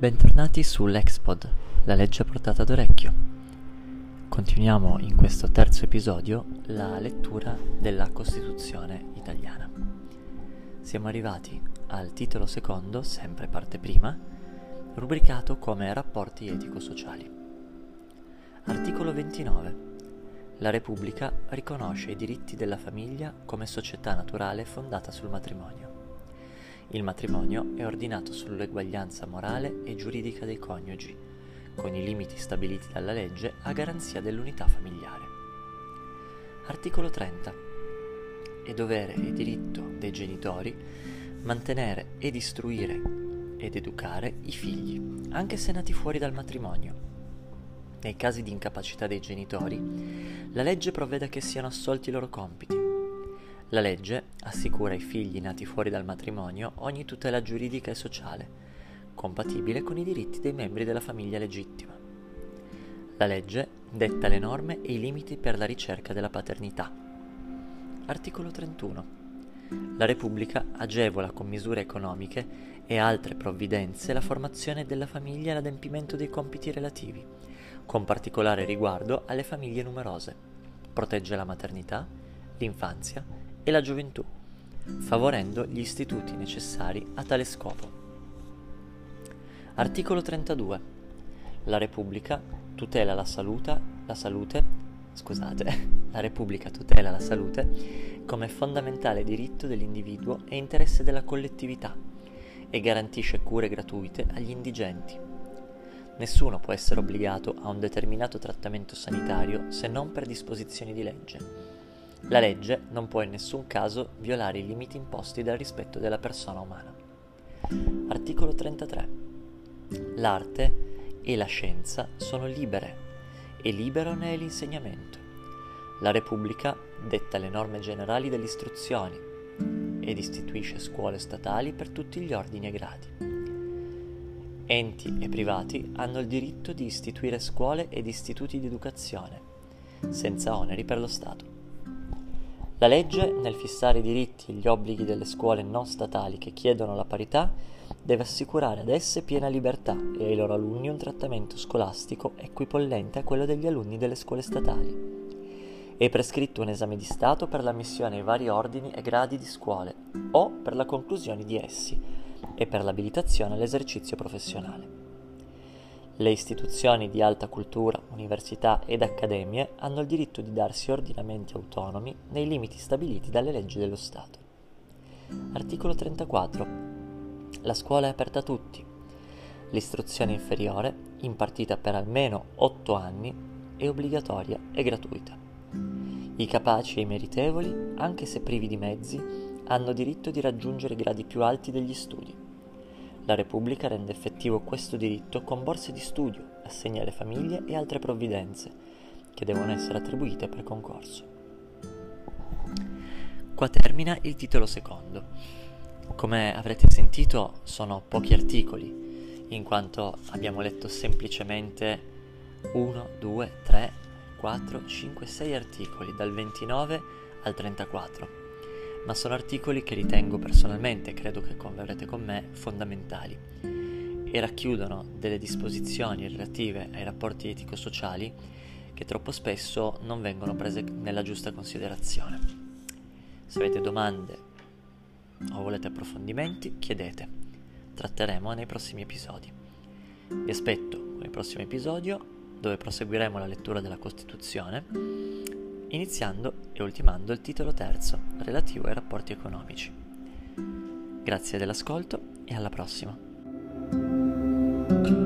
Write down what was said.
Bentornati su Lexpod, la legge a portata d'orecchio. Continuiamo in questo terzo episodio la lettura della Costituzione italiana. Siamo arrivati al titolo secondo, sempre parte prima, rubricato come Rapporti etico-sociali. Articolo 29. La Repubblica riconosce i diritti della famiglia come società naturale fondata sul matrimonio. Il matrimonio è ordinato sull'eguaglianza morale e giuridica dei coniugi, con i limiti stabiliti dalla legge a garanzia dell'unità familiare. Articolo 30. È dovere e diritto dei genitori mantenere ed istruire ed educare i figli, anche se nati fuori dal matrimonio. Nei casi di incapacità dei genitori, la legge provvede che siano assolti i loro compiti. La legge assicura ai figli nati fuori dal matrimonio ogni tutela giuridica e sociale, compatibile con i diritti dei membri della famiglia legittima. La legge detta le norme e i limiti per la ricerca della paternità. Articolo 31. La Repubblica agevola con misure economiche e altre provvidenze la formazione della famiglia e l'adempimento dei compiti relativi, con particolare riguardo alle famiglie numerose. Protegge la maternità, l'infanzia e la gioventù, favorendo gli istituti necessari a tale scopo. Articolo 32. La Repubblica tutela la salute come fondamentale diritto dell'individuo e interesse della collettività e garantisce cure gratuite agli indigenti. Nessuno può essere obbligato a un determinato trattamento sanitario se non per disposizioni di legge. La legge non può in nessun caso violare i limiti imposti dal rispetto della persona umana. Articolo 33. L'arte e la scienza sono libere e libero ne è l'insegnamento. La Repubblica detta le norme generali dell'istruzione ed istituisce scuole statali per tutti gli ordini e gradi. Enti e privati hanno il diritto di istituire scuole ed istituti di educazione, senza oneri per lo Stato. La legge, nel fissare i diritti e gli obblighi delle scuole non statali che chiedono la parità, deve assicurare ad esse piena libertà e ai loro alunni un trattamento scolastico equipollente a quello degli alunni delle scuole statali. È prescritto un esame di Stato per l'ammissione ai vari ordini e gradi di scuole o per la conclusione di essi e per l'abilitazione all'esercizio professionale. Le istituzioni di alta cultura, università ed accademie hanno il diritto di darsi ordinamenti autonomi nei limiti stabiliti dalle leggi dello Stato. Articolo 34. La scuola è aperta a tutti. L'istruzione inferiore, impartita per almeno 8 anni, è obbligatoria e gratuita. I capaci e i meritevoli, anche se privi di mezzi, hanno diritto di raggiungere i gradi più alti degli studi. La Repubblica rende effettivo questo diritto con borse di studio, assegni alle famiglie e altre provvidenze, che devono essere attribuite per concorso. Qua termina il titolo secondo. Come avrete sentito, sono pochi articoli, in quanto abbiamo letto semplicemente 1, 2, 3, 4, 5, 6 articoli, dal 29 al 34. Ma sono articoli che ritengo personalmente, credo che converrete con me, fondamentali e racchiudono delle disposizioni relative ai rapporti etico-sociali che troppo spesso non vengono prese nella giusta considerazione. Se avete domande o volete approfondimenti, chiedete. Tratteremo nei prossimi episodi. Vi aspetto con il prossimo episodio, dove proseguiremo la lettura della Costituzione, iniziando e ultimando il titolo terzo, relativo ai rapporti economici. Grazie dell'ascolto e alla prossima.